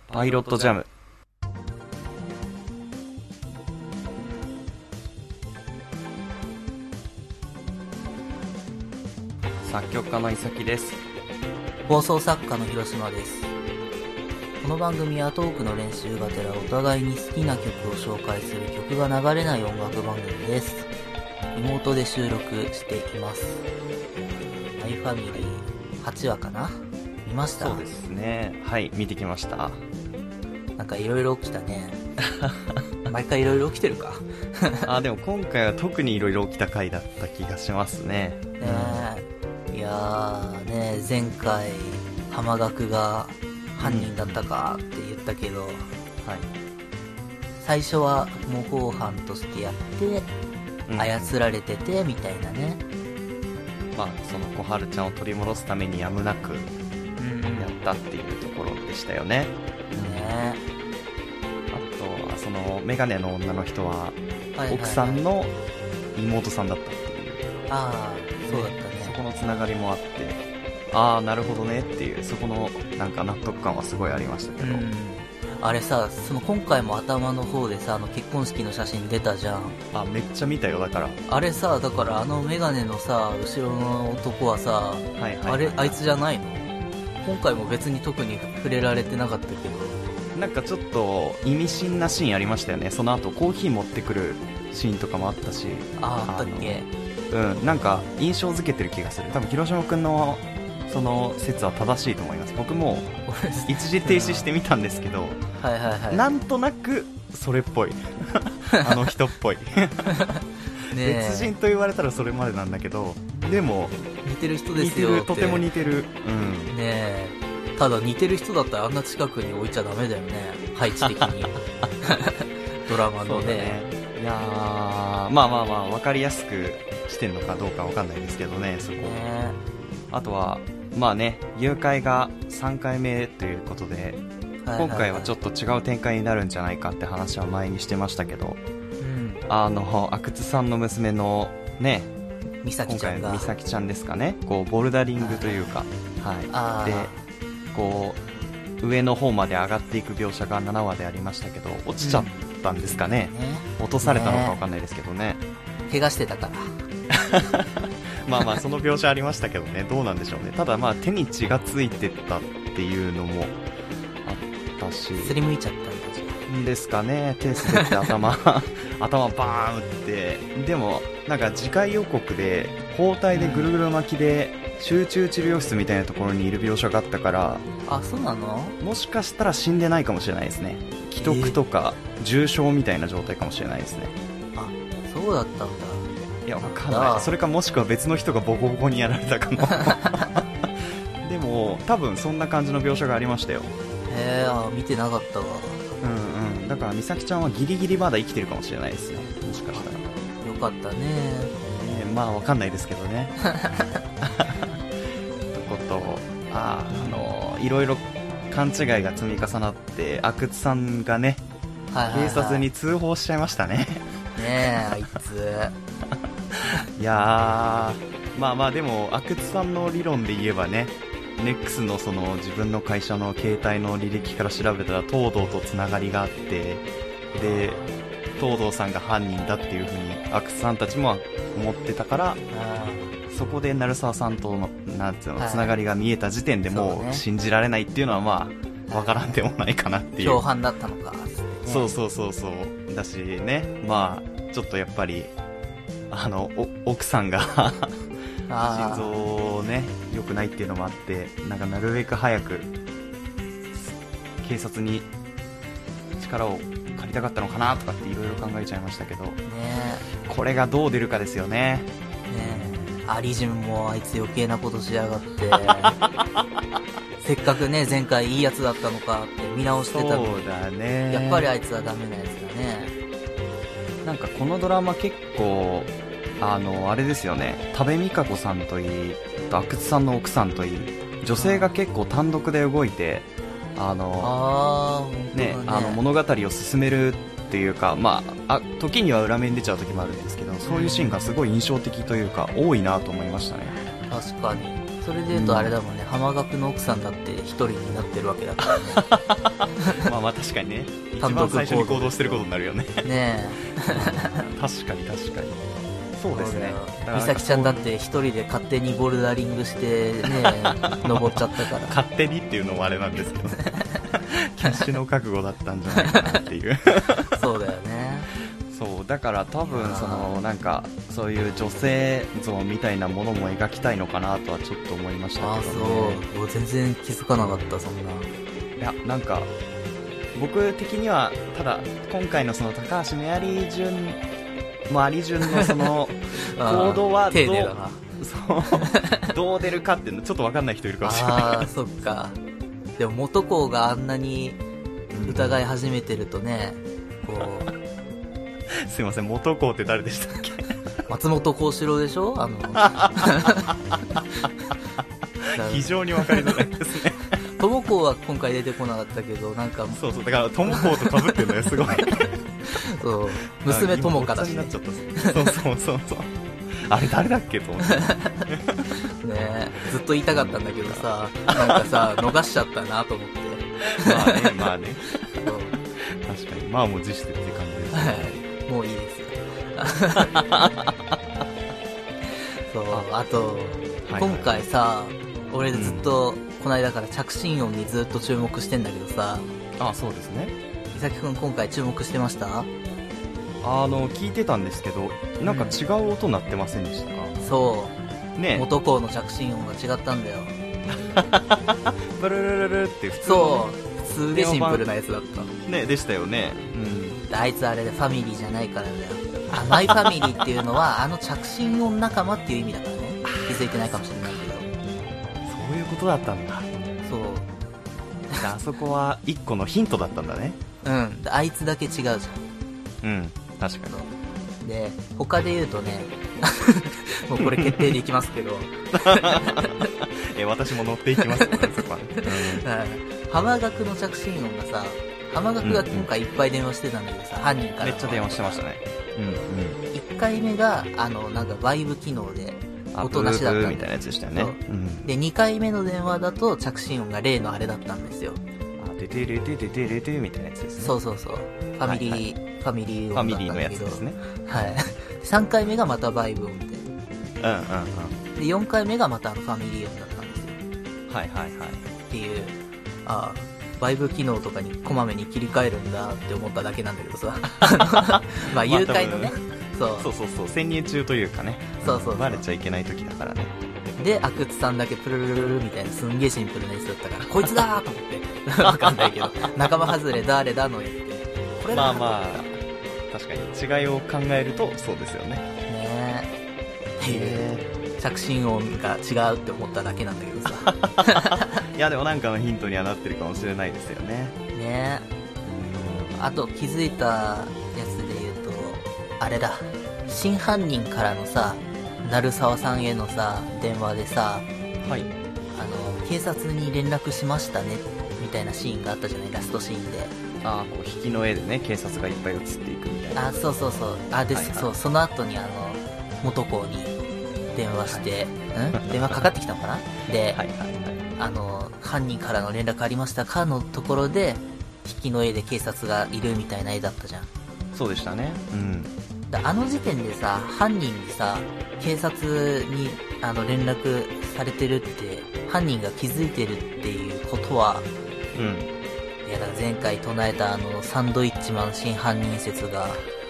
パイロットジャム。作曲家の伊崎です。 放送作家の広島です。この番組はトークの練習がてらお互いに好きな曲を紹介する曲が流れない音楽番組です。リモートで収録しています。マイファミリー8話かな？見ました？ そうですね。はい、見てきました。 なんかいろいろ起きたね。毎回いろいろ起きてるか。 でも今回は特にいろいろ起きた回だった気がしますね。 いやーね、前回浜学が犯人だったかって言ったけど、はい、最初は模倣犯としてやって、操られててみたいなね。 その小春ちゃんを取り戻すためにやむなくやったっていうところでしたよね。 ね。 あとはそのメガネの女の人は奥さんの妹さんだったっていう。 そうだったね。 そこのつながりもあって、なるほどねっていう、そこのなんか納得感はすごいありましたけど、 あれさ、その今回も頭の方でさ、結婚式の写真出たじゃん。 めっちゃ見たよ。だからあれさ、だからメガネのさ後ろの男はさ、あいつじゃないの？今回も別に特に触れられてなかったけど、 なんかちょっと意味深なシーンありましたよね。その後コーヒー持ってくるシーンとかもあったし、 あったっけ？ なんか印象づけてる気がする。多分広島くんのその説は正しいと思います。僕も一時停止してみたんですけど、なんとなくそれっぽい。あの人っぽい。別人と言われたらそれまでなんだけど、でも似てる人ですよって。 とても似てる。 ねえ、ただ似てる人だったらあんな近くに置いちゃダメだよね、配置的に。ドラマのね。 いやー、分かりやすくしてんのかどうか分かんないですけどね、そこ。あとは誘拐が3回目ということで、今回はちょっと違う展開になるんじゃないかって話は前にしてましたけど、阿久津さんの娘のね、 美咲ちゃんが、 今回美咲ちゃんですかね、こうボルダリングというか、でこう上の方まで上がっていく描写が7話でありましたけど、落ちちゃったんですかね、落とされたのか分かんないですけどね、 怪我してたから。 その描写ありましたけどね、どうなんでしょうね。ただ手に血がついてたっていうのもあったし、 すりむいちゃったんですかね。手滑って頭バーン打って。でもなんか次回予告で包帯でぐるぐる巻きで集中治療室みたいなところにいる描写があったから、 そうなの？ もしかしたら死んでないかもしれないですね。危篤とか重傷みたいな状態かもしれないですね。 そうだったんだ。 いや、わかんない。それかもしくは別の人がボコボコにやられたかも。でも多分そんな感じの描写がありましたよ。 見てなかったわ。 だから美咲ちゃんはギリギリまだ生きてるかもしれないですね、もしかしたら。 よかったね。 わかんないですけどね。いろいろ勘違いが積み重なって阿久津さんがね、警察に通報しちゃいましたね。 あいつ。 いやー、でも阿久津さんの理論で言えばね、ネックスのその自分の会社の携帯の履歴から調べたら東堂とつながりがあって、で東堂さんが犯人だっていう風に阿久津さんたちも思ってたから、そこで鳴沢さんとのつながりが見えた時点でもう信じられないっていうのはわからんでもないかなっていう。 共犯だったのか、 そうだしね、ちょっとやっぱり奥さんが心臓ね良くないっていうのもあって、なるべく早く警察に力を借りたかったのかなとかっていろいろ考えちゃいましたけど、これがどう出るかですよね。 アリジュンもあいつ余計なことしやがって。せっかくね前回いいやつだったのかって見直してたのに、 そうだね、 やっぱりあいつはダメなやつだね。 なんかこのドラマ結構あれですよね、多部未華子さんといい、阿久津さんの奥さんといい、女性が結構単独で動いて物語を進めるっていうか、時には裏面に出ちゃう時もあるんですけど、そういうシーンがすごい印象的というか多いなと思いましたね。 確かにそれで言うとあれだもんね、浜学の奥さんだって一人になってるわけだからね。 まあまあ確かにね、一番最初に行動してることになるよね。 ね確かに確かに。そうですね。 美咲ちゃんだって一人で勝手にボルダリングしてね、登っちゃったから。 勝手にっていうのもあれなんですけど、決死の覚悟だったんじゃないかなっていう。 そうだよね。 そうだから多分そのなんかそういう女性像みたいなものも描きたいのかなとはちょっと思いましたけどね。 そう、全然気づかなかった。そんな。 いやなんか僕的にはただ今回のその高橋メアリー順マリ順のその行動は丁寧だな。 そうどう出るかっていうのちょっと分かんない人いるかもしれない。 ああそっか。でも元校があんなに疑い始めてるとね、こうすいません、元校って誰でしたっけ？ 松本幸四郎でしょ？ 非常に分かりづらいですね。 友子は今回出てこなかったけど、なんかそうだから友子と被ってるのよすごい。 そう娘友果だし、ね、 そうあれ誰だっけと思ってね、ずっと言いたかったんだけどさ、なんかさ逃しちゃったなと思って。 まあねそう確かに満を持してって感じですね。 はい、もういいですよ。そうあと、今回さ、俺ずっと、この間から着信音にずっと注目してんだけどさ。 あ、そうですね。 伊崎くん今回注目してました？ 聞いてたんですけど、なんか違う音鳴ってませんでしたか？ そうね、元校の着信音が違ったんだよ。 ブルルルルって普通の、そうすげえシンプルなやつだったね。でしたよね。 あいつあれでファミリーじゃないからだよ。マイファミリーっていうのは着信音仲間っていう意味だからね。気づいてないかもしれないけど。 そういうことだったんだ。 そう。 あそこは一個のヒントだったんだね。 あいつだけ違うじゃん。 確かに。で、他で言うとね、もうこれ決定でいきますけど。 私も乗っていきますね、そこは。 浜学の着信音がさ、浜学が今回いっぱい電話してたんだけどさ、犯人から。 めっちゃ電話してましたね。 1回目が、なんかバイブ機能で、音なしだったんだみたいなやつでしたよね。 で、2回目の電話だと着信音が例のあれだったんですよ。 でてれてててれてみたいなやつですね。 そう。ファミリー音だったんだけど。 ファミリーのやつですね。 はい。3回目がまたバイブ音で。で、4回目がまたファミリー音だったんですよ。 はい。 っていう、バイブ機能とかにこまめに切り替えるんだって思っただけなんだけどさ。まあ誘拐のね。 そう潜入中というかね。 そうバレちゃいけない時だからね。 で、阿久津さんだけプルルルルみたいなすんげえシンプルなやつだったから、こいつだーと思って。わかんないけど、仲間外れ誰だのやって。これだまあ、確かに違いを考えるとそうですよね。 ねえ。っていう、着信音が違うって思っただけなんだけどさ。 いやでもなんかのヒントにはなってるかもしれないですよね。 ねえ。あと気づいたやつで言うと、あれだ。真犯人からのさ、鳴沢さんへのさ、電話でさ、警察に連絡しましたね、みたいなシーンがあったじゃない、ラストシーンで。 こう引きの絵でね、警察がいっぱい映っていくみたいな。 そう。そう、その後に元校に電話して、電話かかってきたのかなで、犯人からの連絡ありましたかのところで、引きの絵で警察がいるみたいな絵だったじゃん。 そうでしたね。 あの時点でさ、犯人にさ、警察に連絡されてるって、犯人が気づいてるっていうことは、いやだから前回唱えたサンドイッチマン真犯人説が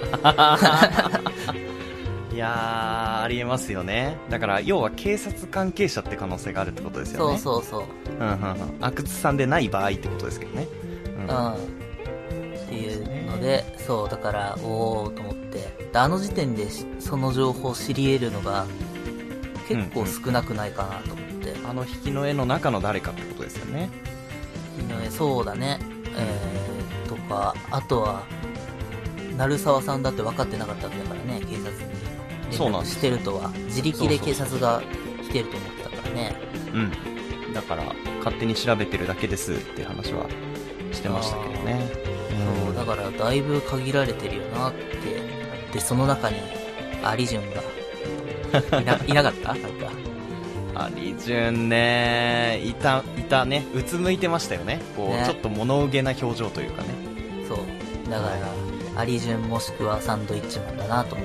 いやー、ありえますよね。だから要は警察関係者って可能性があるってことですよね。 そう。 阿久津さんでない場合ってことですけどね。 っていうので、そうだからおーと思って、あの時点でその情報を知り得るのが結構少なくないかなと思って、 引きの絵の中の誰かってことですよね。 引きの絵、そうだね。とか、あとは鳴沢さんだって分かってなかったわけだからね、警察に連絡してるとは。自力で警察が来てると思ってたからね。 だから勝手に調べてるだけですっていう話はしてましたけどね。 そうだからだいぶ限られてるよなって。でその中にアリジュンがいなかった？なんかアリジュンね、いたね。うつむいてましたよね。こう、 ね、 ちょっと物憂げな表情というかね。 そう。だから、アリジュンもしくはサンドイッチマンだなと思って。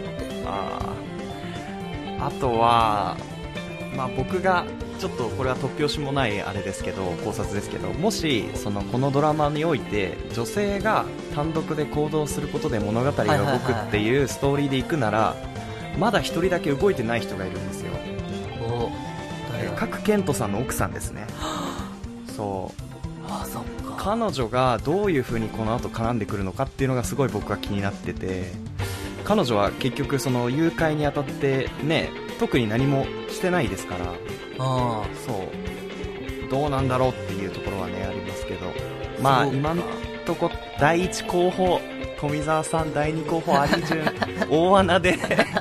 あとは、まあ僕が、ちょっとこれは突拍子もないあれですけど、考察ですけど、もし、このドラマにおいて、女性が単独で行動することで物語が動くっていうストーリーで行くなら、まだ一人だけ動いてない人がいるんですよ。角健人さんの奥さんですね。そう。 そっか。 彼女がどういう風にこの後絡んでくるのかっていうのがすごい僕は気になってて、彼女は結局その誘拐にあたってね、特に何もしてないですから、そうどうなんだろうっていうところはねありますけど、まあ今のとこ第1候補富澤さん、第2候補アリジュン大穴で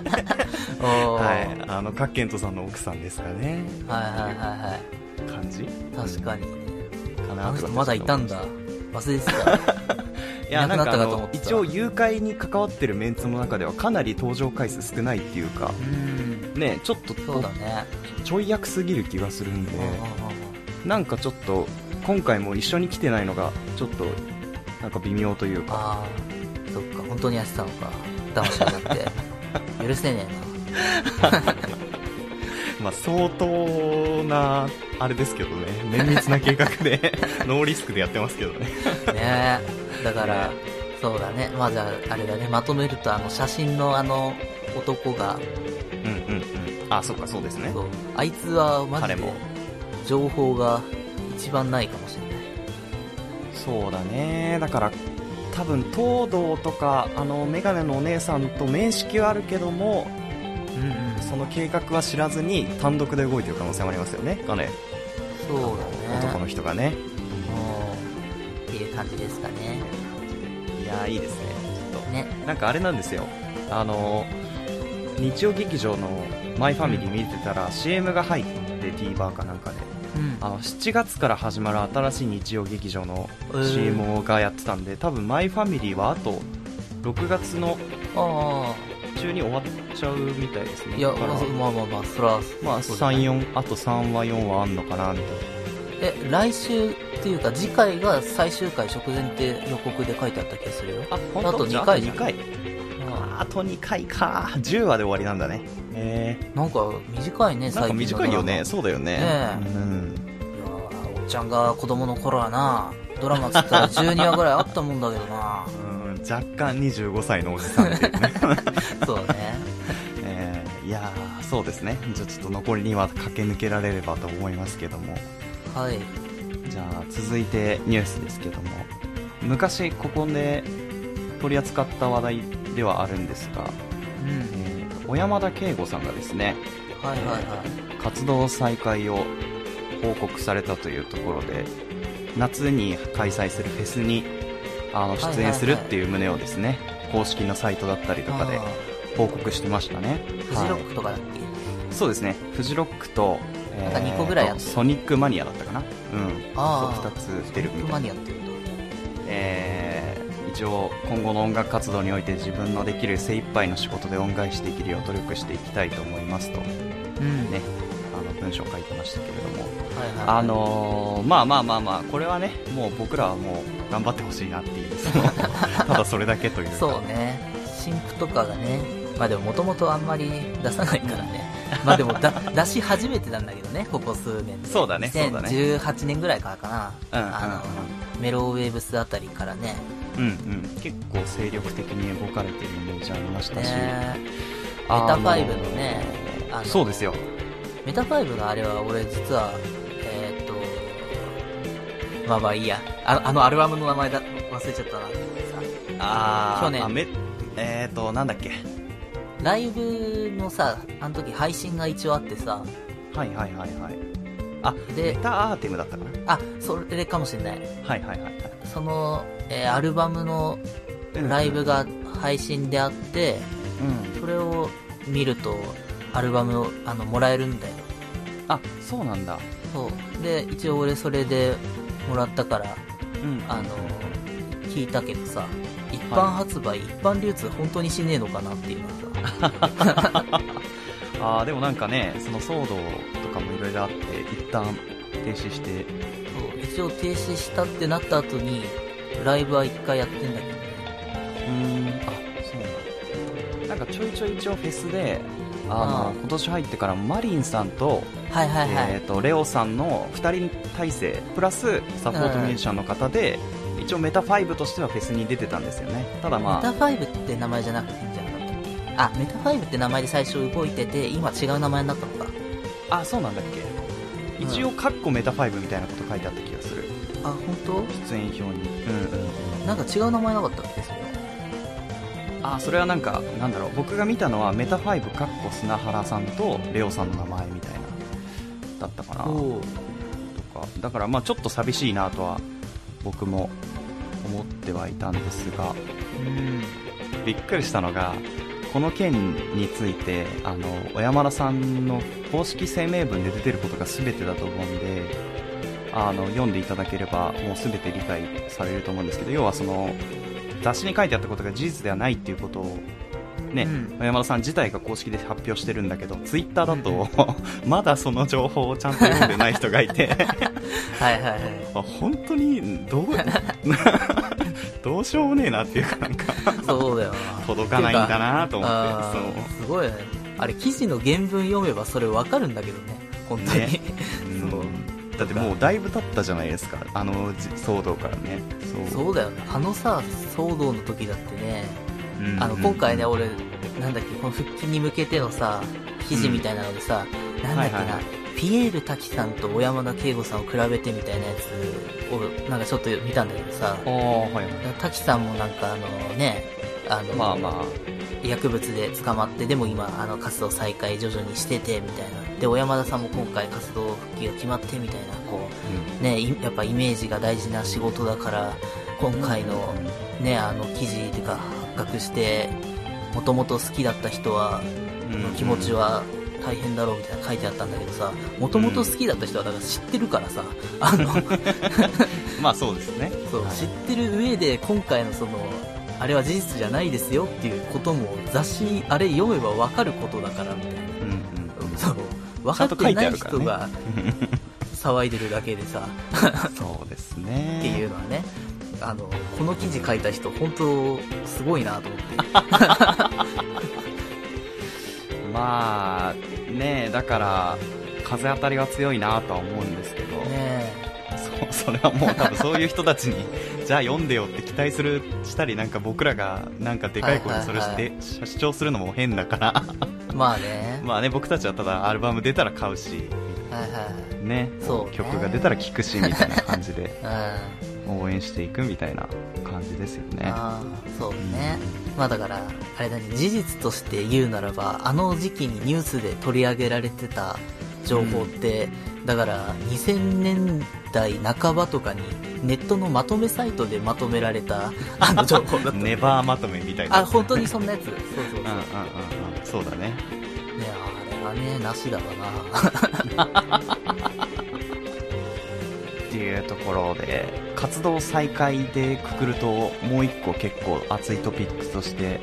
はい、角健人さんの奥さんですかね。感じ確かに、 かな。 あの人まだいたんだ、忘れてた。 いや、なんか一応誘拐に関わってるメンツの中ではかなり登場回数少ないっていうか、ね、ちょっとそうだね、 ちょい役すぎる気がするんで、なんかちょっと今回も一緒に来てないのがちょっとなんか微妙というか。 そっか、本当にやってたのか、騙しやがって許せねえなまあ相当なあれですけどね、綿密な計画でノーリスクでやってますけどねねえ、だからそうだね、まあじゃああれだね、まとめると写真の男が、 そっか、そうですね。 そう、あいつはマジで情報が一番ないかもしれない。 そうだね、だから多分東堂とかメガネのお姉さんと面識はあるけども、その計画は知らずに単独で動いてる可能性もありますよね。そうだね、男の人がね、 っていう感じですかね。 いやー、いいですね。ちょっとね、 なんかあれなんですよ、日曜劇場のマイファミリー見てたら CM が入って TVer かなんかで、7月から始まる新しい日曜劇場の CM がやってたんで、多分マイファミリーはあと6月の中に終わっちゃうみたいですね。 いや、まあそら、 まあ3、4、あと3話4話あんのかなみたいな。来週っていうか次回が最終回直前って予告で書いてあった気がするよ。 あと2回じゃん。あと2回か。10話で終わりなんだね。 なんか短いね、最近の。なんか短いよね。そうだよね。いやおっちゃんが子供の頃はな、ドラマつったら12話ぐらいあったもんだけどな。 若干25歳のおじさんっていうねそうね、 いやー、そうですね。じゃあちょっと残り2話駆け抜けられればと思いますけども。 はい。 じゃあ続いてニュースですけども、昔ここで取り扱った話題ではあるんですが、小山田圭吾さんがですね、活動再開を報告されたというところで、夏に開催するフェスに出演するっていう旨をですね、公式のサイトだったりとかで報告してましたね。 フジロックとかだっけ？ そうですね、フジロックと、 なんか2個ぐらいやってる。 ソニックマニアだったかな。そう2つ出るみたいな。ソニックマニアっていうと、 一応今後の音楽活動において自分のできる精一杯の仕事で恩返しできるよう努力していきたいと思いますと、文章を書いてましたけれども、まあこれはね、もう僕らはもう頑張ってほしいなっていうただそれだけというか。 そうね、新譜とかがね、まあでももともとあんまり出さないからねまあでも出し始めてたんだけどね、ここ数年で。 そうだね、 2018年ぐらいからかな、メロウェーブスあたりからね、 結構精力的に動かれてるイメージありましたし、 メタ5のね、 そうですよ、 メタ5のあれは俺実はまあいいや、アルバムの名前忘れちゃったな。去年なんだっけ、 ライブのさ、あの時配信が一応あってさ、 でメタアーテムだったかな。 それかもしれない。その、アルバムのライブが配信であって、それを見るとアルバムをもらえるんだよ。 そうなんだ。 そうで、一応俺それでもらったから、聞いたけどさ、一般発売、一般流通本当にしねえのかなっていうのさでもなんかね、その騒動とかもいろいろあって一旦停止して、 そう一応停止したってなった後にライブは1回やってんだけどね。 あ、そうなんかちょいちょい一応フェスで今年入ってからマリンさんと、 はいはいはい、 レオさんの2人体制プラスサポートミュージシャンの方で、一応メタ5としてはフェスに出てたんですよね。ただまあメタ5って名前じゃなくていいんじゃなかったっけ。あ、メタ5って名前で最初動いてて今違う名前になったのか。 あ、そうなんだっけ。一応カッコメタ5みたいなこと書いてあった気がする。 あ、本当？ 出演表に。 なんか違う名前なかったっけそれ。 あ、それはなんかなんだろう、僕が見たのはメタ5カッコ砂原さんとレオさんの名前みたいなだったかなとか。だからまあちょっと寂しいなとは僕も思ってはいたんですが、びっくりしたのがこの件について小山田さんの公式声明文で出てることが全てだと思うんで、読んでいただければもう全て理解されると思うんですけど、要はその雑誌に書いてあったことが事実ではないっていうことをね、小山田さん自体が公式で発表してるんだけど、ツイッターだと、まだその情報をちゃんと読んでない人がいてはいはいはい、 本当にどうしようもねえなっていうか、なんかそうだよな、 届かないんだなと思って。 そうすごいよね。あれ記事の原文読めばそれ分かるんだけどね、本当に、ね、そうだってもうだいぶ経ったじゃないですか、騒動からね。 そうだよね。さ騒動の時だってね、今回ね、俺なんだっけ、この復帰に向けてのさ記事みたいなのでさ、なんだっけな、はいはいはい、ピエール滝さんと小山田圭吾さんを比べてみたいなやつをなんかちょっと見たんだけどさ、はいはい、滝さんもなんかまあまあ薬物で捕まって、でも今活動再開徐々にしててみたいな。で小山田さんも今回活動復帰が決まってみたいな、こう、ね、やっぱイメージが大事な仕事だから今回のね記事とか発覚して、もともと好きだった人は、気持ちは大変だろうみたいな書いてあったんだけどさ、もともと好きだった人はだから知ってるからさ、 まあそうですね。 そう、知ってる上で今回のあれは事実じゃないですよっていうことも雑誌あれ読めば分かることだからみたいな、そう分かってない人が騒いでるだけでさそうですねっていうのはね、この記事書いた人本当すごいなと思ってまあね、だから風当たりは強いなとは思うんですけどね。それはもう多分そういう人たちにじゃあ読んでよって期待したり、なんか僕らがなんかでかい声でそれして主張するのも変だからまあねまあね、僕たちはただアルバム出たら買うし、ね、そうね、曲が出たら聴くしみたいな感じで応援していくみたいな感じですよね。 そうね、まあだからあれだね、事実として言うならば時期にニュースで取り上げられてた情報って、だから2000年代半ばとかにネットのまとめサイトでまとめられた情報だったネバーまとめみたいな、 本当にそんなやつ。 そうだね。 ね、あれはね、なしだわなっていうところで、活動再開でくくるともう一個結構熱いトピックとして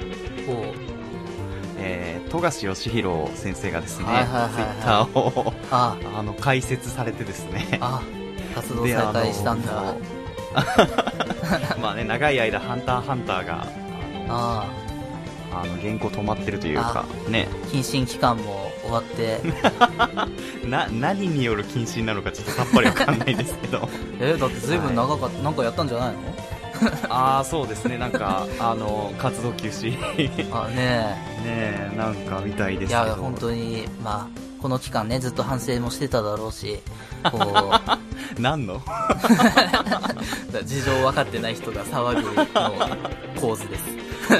富樫義弘先生がですね、ツイッターを開設されてですね、 活動再開したんだまあね、長い間ハンターハンターが原稿止まってるというかね、 謹慎期間も終わって何による謹慎なのかちょっとさっぱりわかんないですけどだって随分長かった、なんかやったんじゃないのそうですね、なんか活動休止ねなんかみたいですけど、 いや本当にまあこの期間ねずっと反省もしてただろうし、こう何の事情分かってない人が騒ぐの構図です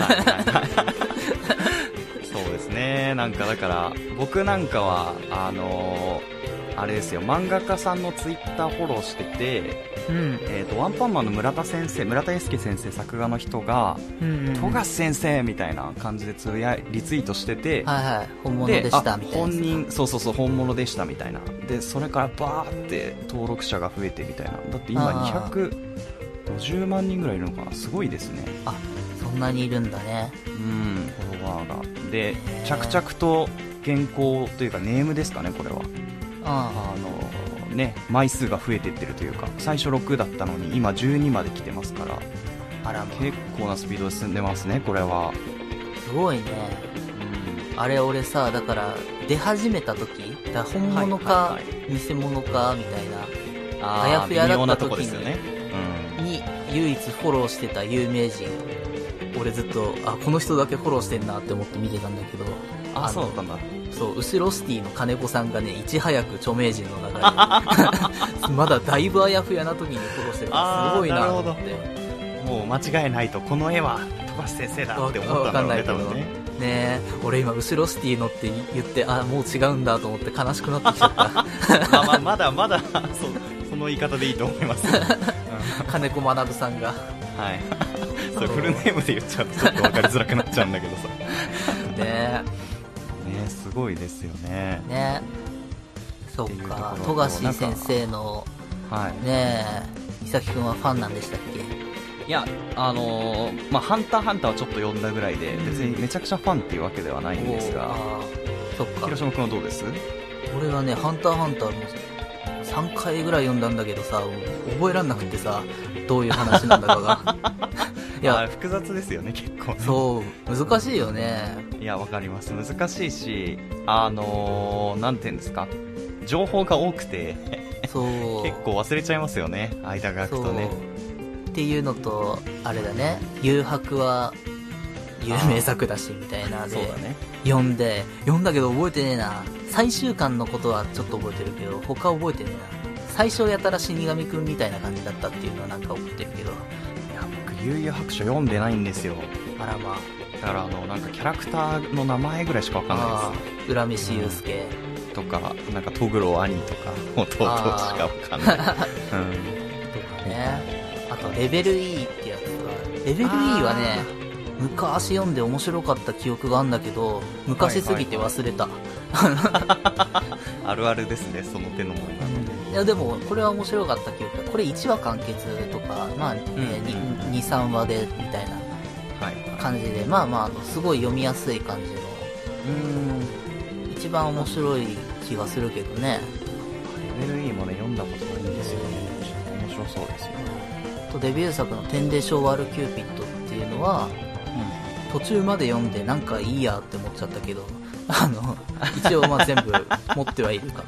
そうですね、なんかだから僕なんかはあれですよ、漫画家さんのツイッターフォローしてて、ワンパンマンの村田英介先生作画の人が、富樫先生みたいな感じでリツイートしてて、 本物でしたみたいな、 本人そう本物でしたみたいな、でそれからバーって登録者が増えてみたいな、だって今250万人ぐらいいるのかな、すごいですね。 そんなにいるんだね。 フォロワーがで着々と原稿というかネームですかね、これは枚数が増えてってるというか、最初6だったのに今12まで来てますから、 あら、 結構なスピードで進んでますね、これは。 すごいね。あれ俺さ、だから出始めた時、だから本物か偽物かみたいな、あやふやだった時に唯一フォローしてた有名人、俺ずっとこの人だけフォローしてんなって思って見てたんだけど、 そうだったんだ。 そう、後ろシティの金子さんがね、いち早く著名人の中でまだだいぶあやふやな時にフォローしてるからすごいなと思って。 もう間違いないと、この絵は富樫先生だって思ったんだろうね、多分ね。 ねえ、俺今後ろシティのって言ってもう違うんだと思って悲しくなってきちゃったまだその言い方でいいと思います金子学さんがそれフルネームで言っちゃうとちょっと分かりづらくなっちゃうんだけどさねすごいですよね。 そっか、富樫先生のねえ、伊崎くんはファンなんでしたっけ？ いや、ハンターハンターはちょっと読んだぐらいで、別にめちゃくちゃファンっていうわけではないんですが、 そっか。 広島くんはどうです？ 俺はね、ハンターハンターも3回ぐらい読んだんだけどさ、覚えらんなくてさ、どういう話なんだかがいや、複雑ですよね、結構ね。 そう、難しいよね。 いや、わかります。難しいし、なんていうんですか、情報が多くてそう結構忘れちゃいますよね、間が空くとね。 っていうのと、あれだね、誘白は有名作だしみたいなで、読んだけど覚えてねえな。最終巻のことはちょっと覚えてるけど、他覚えてねえな。最初やたら死神くんみたいな感じだったっていうのはなんか覚えてるけど。いや、僕悠々白書読んでないんですよ。 あらまあ。 だからなんかキャラクターの名前ぐらいしかわかんないです。 浦飯祐介、 とか、なんかトグロ兄とか弟しかわかんないとかね。あとレベル E ってやつが、レベル E はね、昔読んで面白かった記憶があるんだけど、昔すぎて忘れた。 あるあるですね、その手のもの。 いやでもこれは面白かった記憶。これ1話完結とか、2、3話でみたいな感じで、すごい読みやすい感じの、一番面白い気がするけどね。 レベル E もね、読んだことないんですよね。面白そうですよ。 とデビュー作の天で昭和るキューピッドっていうのは、途中まで読んでなんかいいやって思っちゃったけど、一応全部持ってはいるか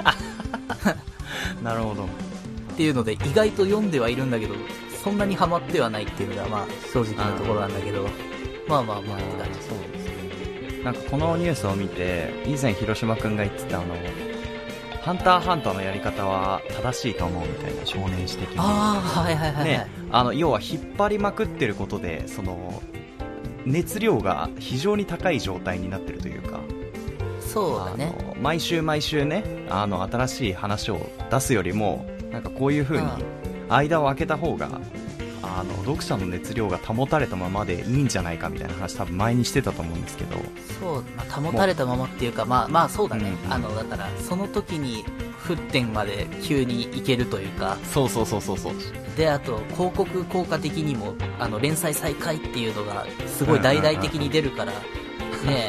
な。なるほど。 っていうので、意外と読んではいるんだけど、そんなにハマってはないっていうのが正直なところなんだけど、って感じ。 そうですね。なんかこのニュースを見て、以前広島くんが言ってたハンターハンターのやり方は正しいと思うみたいな、少年誌的に。ね、要は引っ張りまくってることで、熱量が非常に高い状態になってるというか。 そうだね。 毎週毎週ね、新しい話を出すよりも、なんかこういう風に間を空けた方が、読者の熱量が保たれたままでいいんじゃないかみたいな話、多分前にしてたと思うんですけど。 そう、保たれたままっていうか、そうだね。だから、その時に沸点まで急にいけるというか。 そう。 で、あと、広告効果的にも、連載再開っていうのが、すごい大々的に出るから、ね、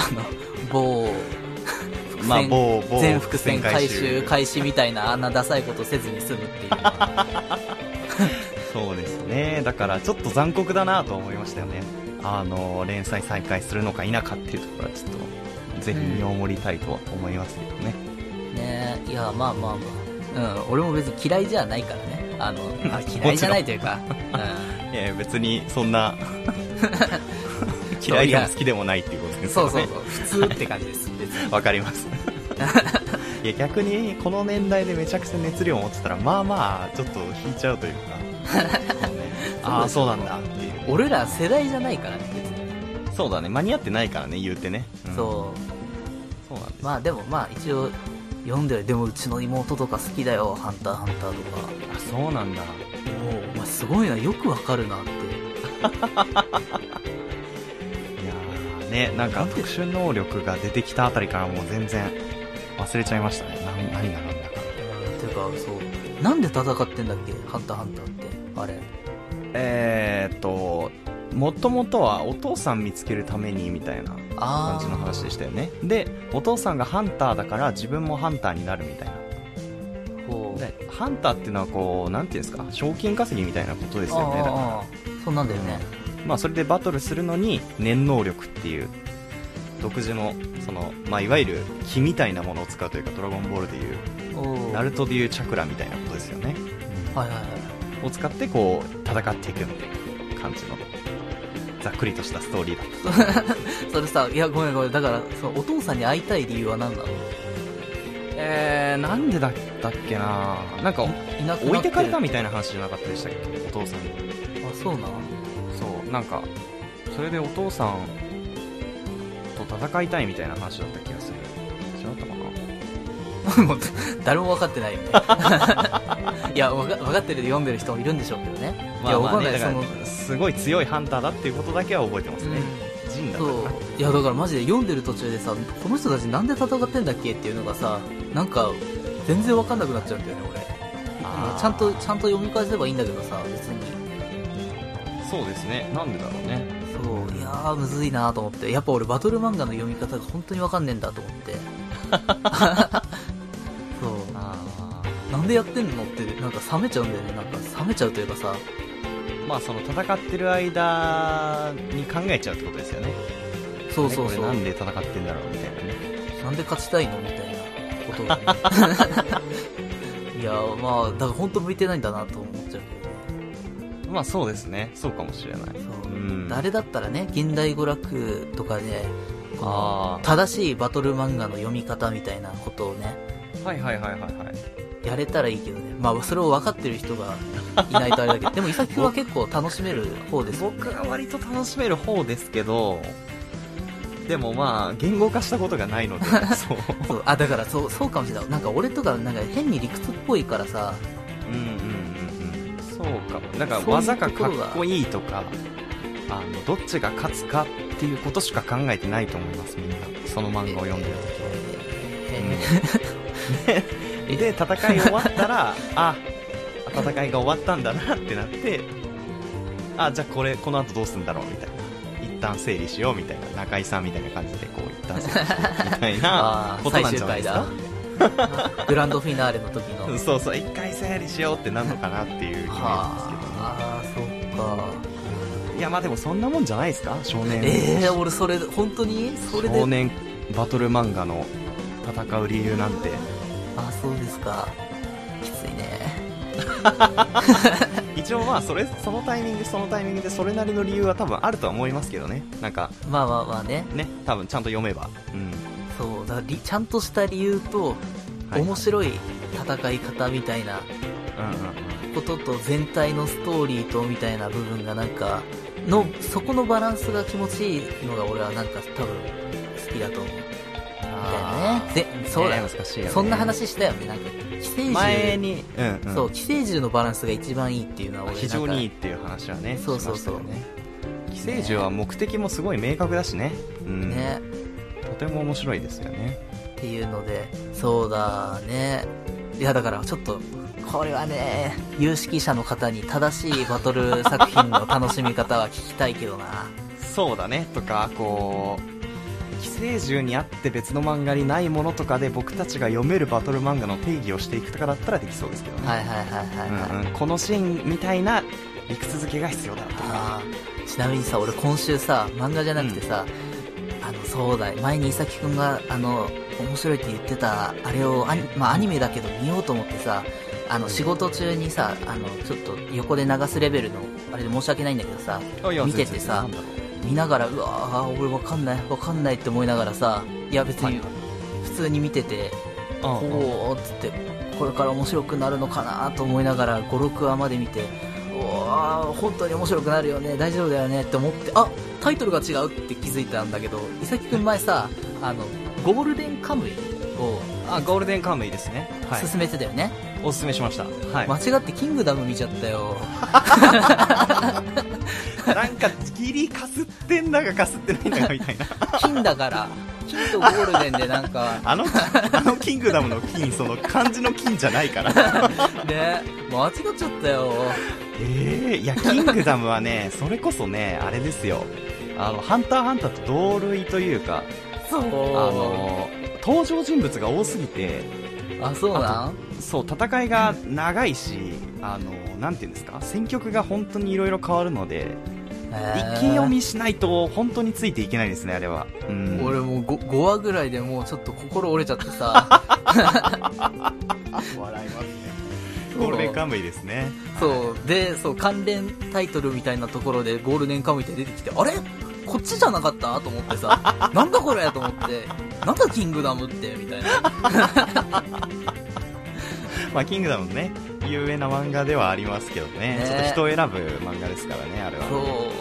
全伏線回収開始みたいな、あんなダサいことせずに済むっていうのは。 そうですね。だからちょっと残酷だなと思いましたよね。連載再開するのか否かっていうところはちょっとぜひ見守りたいとは思いますけどね。 ねえ、いや俺も別に嫌いじゃないからね。嫌いじゃないというか、 いや別にそんな嫌いでも好きでもないっていうことですよね。 そう普通って感じです。 わかります。いや逆にこの年代でめちゃくちゃ熱量を持ってたらちょっと引いちゃうというか。そうなんだっていう。 俺ら世代じゃないからね、別に。そうだね、間に合ってないからね、言うてね。 そうなんです。 でも一応読んでる。でもうちの妹とか好きだよ、ハンターハンターとか。 そうなんだ。 お前すごいな、よくわかるなって。 いやーね、なんか特殊能力が出てきたあたりからもう全然忘れちゃいましたね。何がなんだか。 ていうか、なんで戦ってんだっけ、ハンターハンターって。あれ。 もともとはお父さん見つけるためにみたいな感じの話でしたよね。で、お父さんがハンターだから自分もハンターになるみたいな。でハンターっていうのはこう、なんていうんですか、賞金稼ぎみたいなことですよね。だからそんなんだよね。 まあそれでバトルするのに念能力っていう独自のその、まあ、いわゆる木みたいなものを使うというか、ドラゴンボールでいうナルトでいうチャクラみたいなことですよね。 はいはいはい。 を使ってこう戦っていくっていう感じのざっくりとしたストーリーだそれさ、いやごめんだからそのお父さんに会いたい理由は何なの？ なんでだったっけな。なんか置いてかれたみたいな話じゃなかったでしたっけ、お父さんに。 あ、そうなの？ そう、なんかそれでお父さんと戦いたいみたいな話だった気がする。違ったかなもう誰も分かってないよね。いや分かってるで読んでる人もいるんでしょうけどね。 まあまあね、だからすごい強いハンターだっていうことだけは覚えてますね。ジンだったかな。 そう、いやだからマジで読んでる途中でさ、この人たちなんで戦ってんだっけっていうのがさ、なんか全然分かんなくなっちゃうんだよね俺。ちゃんと読み返せばいいんだけどさ、別に。そうですね、なんでだろうね。 そう、いやーむずいなと思って、やっぱ俺バトル漫画の読み方が本当に分かんねえんだと思って。そう、なんでやってんのってなんか冷めちゃうんだよね。なんか冷めちゃうというかさ、 まあその戦ってる間に考えちゃうってことですよね。 そうそうそう、 これなんで戦ってんだろうみたいなね。 なんで勝ちたいのみたいなことがね。いやまあだから本当向いてないんだなと思っちゃうけどね。 まあそうですね、そうかもしれない。そう、 誰だったらね、現代娯楽とかで、この正しいバトル漫画の読み方みたいなことをね、 はいはいはいはいはい、 やれたらいいけどね。まあそれを分かってる人がいないとあれだけど、でも伊崎くんは結構楽しめる方ですよね。 僕は割と楽しめる方ですけど、でもまあ言語化したことがないのでそうあ、だからそうかもしれない。なんか俺とかなんか変に理屈っぽいからさ、 そうかも。なんか技がかっこいいとか、どっちが勝つかっていうことしか考えてないと思います、みんな。その漫画を読んでる時は。で、戦い終わったら、戦いが終わったんだなってなって、じゃあこの後どうすんだろうみたいな。一旦整理しようみたいな。中井さんみたいな感じで、こう一旦整理しようみたいなことなんじゃないですか。 グランドフィナーレの時のそう一回整理しようってなんのかなっていうイメージですけどね。 そっか。 いやまあでもそんなもんじゃないですか、少年。 俺それ本当にそれで少年バトル漫画の戦う理由なんて。 そうですか。きついね。 一応まあそのタイミングでそれなりの理由は多分あるとは思いますけどね。なんかまあね、 多分ちゃんと読めば、 そうだからちゃんとした理由と、面白い戦い方みたいなことと全体のストーリーとみたいな部分がなんかの、そこのバランスが気持ちいいのが俺はなんか多分好きだと思うみたいなね。そうだよ、 難しいよね。 そんな話したよね。なんか寄生獣前に、 そう寄生獣のバランスが一番いいっていうのは俺非常にいいっていう話はね。 そう寄生獣は目的もすごい明確だしね。 ね、 とても面白いですよね。 っていうので、そうだね。いやだからちょっとこれはね、有識者の方に正しいバトル作品の楽しみ方は聞きたいけどな。 そうだね。とかこう寄生獣にあって別の漫画にないものとかで僕たちが読めるバトル漫画の定義をしていくとかだったらできそうですけどね。このシーンみたいな理屈付けが必要だとか。 ちなみにさ、俺今週さ、漫画じゃなくてさ、そうだ、前に伊崎くんが面白いって言ってたあれをアニメだけど見ようと思ってさ、仕事中にさ、ちょっと横で流すレベルのあれで申し訳ないんだけどさ、見ててさ、見ながら、うわー俺わかんないって思いながらさ、いや別に普通に見てて、おーっつってこれから面白くなるのかなと思いながら 5,6 話まで見て、本当に面白くなるよね、大丈夫だよねって思って、タイトルが違うって気づいたんだけど、伊崎くん前さ、ゴールデンカムイをゴールデンカムイですね、 勧めてたよね。 おすすめしました。 間違ってキングダム見ちゃったよ。 なんかギリかすってんだかかすってないんだかみたいな。 金だから金とゴールデンでなんかあのキングダムの金、その漢字の金じゃないからね、間違っちゃったよ。 いやキングダムはね、それこそね、あれですよ、 ハンターハンターと同類というか、 そう。 登場人物が多すぎて、 あ、そうなん？ そう、戦いが長いし、なんていうんですか、戦局が本当にいろいろ変わるので、一気読みしないと本当についていけないですね、あれは。うん、 俺もう 5話ぐらいでもうちょっと心折れちゃってさ。 笑いますね。ゴールデンカムイですね。 そう。で、そう、関連タイトルみたいなところでゴールデンカムイって出てきて、あれこっちじゃなかったと思ってさ、なんだこれと思って、なんだキングダムってみたいな。 まあ、キングダムね、有名な漫画ではありますけどね、ちょっと人を選ぶ漫画ですからね、あれは。 そう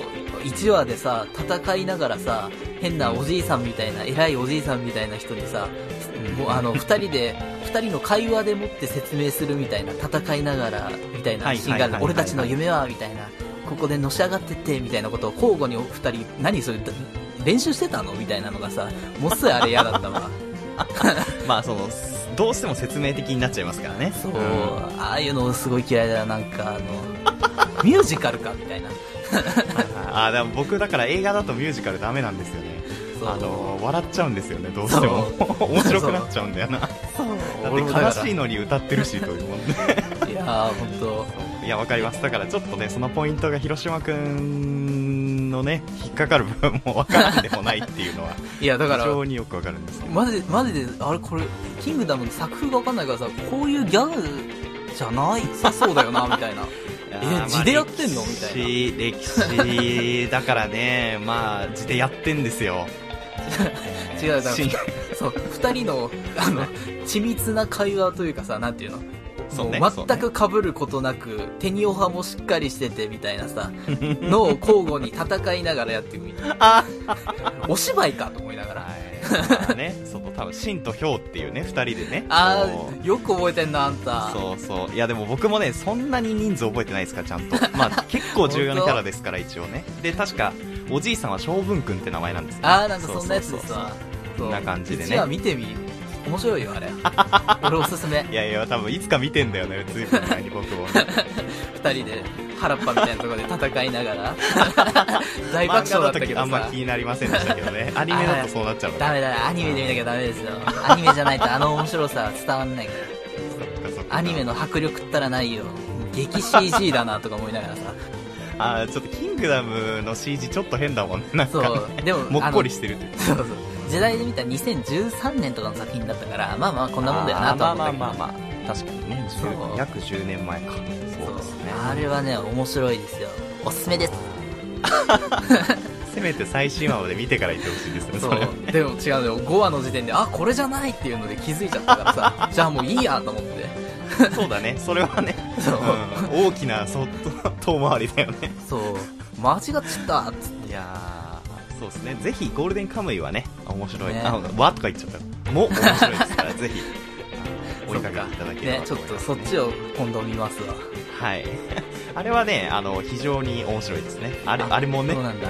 。1話でさ、戦いながらさ、変なおじいさんみたいな、偉いおじいさんみたいな人にさ、もう二人の会話でもって説明するみたいな、戦いながらみたいなシーンがある。俺たちの夢はみたいな、ここでのし上がってってみたいなことを交互に二人、何それ練習してたのみたいなのがさ、もうすぐあれ嫌だったわ。 まあどうしても説明的になっちゃいますからね。 そう、ああいうのすごい嫌いだよ。なんかミュージカルかみたいな。 でも僕だから映画だとミュージカルダメなんですよね。笑っちゃうんですよね、どうしても。面白くなっちゃうんだよな。だって悲しいのに歌ってるしというもんね。 いやー、ほんと。 いや、わかります。だからちょっとね、そのポイントが広島くんのね、引っかかる部分もわからんでもないっていうのは、いや、だから非常によくわかるんですけど。 マジで、あれこれ、キングダムの作風がわかんないからさ、こういうギャグじゃないさそうだよな、みたいな。字でやってんのみたいな。 歴史だからね、まあ、字でやってんですよ。 違う、だからそう、二人の、緻密な会話というかさ、なんていうの、そうね、全く被ることなく、手におはもしっかりしててみたいなさ、のを交互に戦いながらやっていくみたいな。お芝居かと思いながら。 ね、多分、シンとヒョウっていうね、二人でね。 よく覚えてんな、あんた。 そうそう。いや、でも僕もね、そんなに人数覚えてないですから、ちゃんと。まあ、結構重要なキャラですから、一応ね。で、確か、おじいさんは将軍くんって名前なんですよ、ね。 なんかそんなやつですわ。 そんな感じでね。 1話見てみ。面白いよ、あれ。俺おすすめ。 いやいや、多分いつか見てんだよね、ずいぶん前に僕も、ね。 二人で原っぱみたいなところで戦いながら。大爆笑だったけどさ。 あんま気になりませんでしたけどね。アニメだとそうなっちゃうの。 ダメだ、アニメで見なきゃダメですよ。アニメじゃないと面白さ伝わんないから。アニメの迫力ったらないよ。激 CG だなとか思いながらさ。 ちょっとキングダムの CG ちょっと変だもんね。なんか、ね、 そう。でも、 もっこりしてるっていう。 そうそう。時代で見たら2013年とかの作品だったから、まあまあこんなもんだよなと思ったけど。 まあ。確かにね。約10年前か。そうですね。 あれはね、面白いですよ。おすすめです。 せめて最新話まで見てから言ってほしいですね。 そう。でも違うよ。5話の時点で、これじゃないっていうので気づいちゃったからさ、じゃあもういいやと思って。 そうだね。それはね、大きな遠回りだよね。 そう。間違っちゃったっつって。 いやー、そうですね。ぜひゴールデンカムイはね、面白い。わとか言っちゃった。もう面白いですから、ぜひ追いかけていただければね。ちょっとそっちを今度見ますわ。 はい。あれはね、非常に面白いですね。あれもね。 そうなんだ。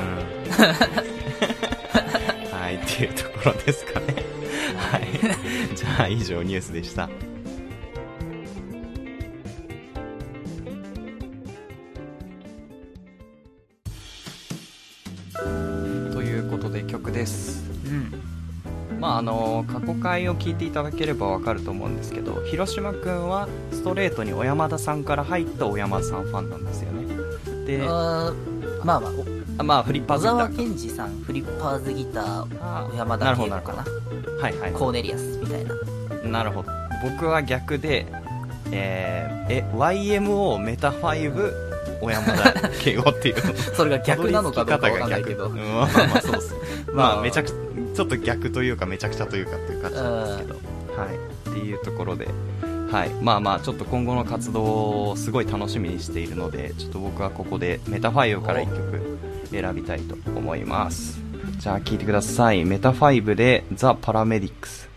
はい、っていうところですかね。はい。じゃあ、以上ニュースでした。ということで曲です。まあ過去回を聞いていただければわかると思うんですけど、広島くんはストレートに小山田さんから入った小山田さんファンなんですよね。で、まあフリッパーズギター、 小沢健二さんフリッパーズギター小山田圭吾かな。 はいはい。 コーネリアスみたいな。 なるほど。僕は逆で、YMO メタ5小山田圭吾っていうそれが逆なのかどうかわかんないけど、 まあそうっす。まあちょっと逆というかめちゃくちゃというかっていう感じなんですけど、はい、っていうところで、はい、まあちょっと今後の活動をすごい楽しみにしているので、ちょっと僕はここでメタ5から1曲選びたいと思います。じゃあ聴いてください。メタ5でザ・パラメディックス。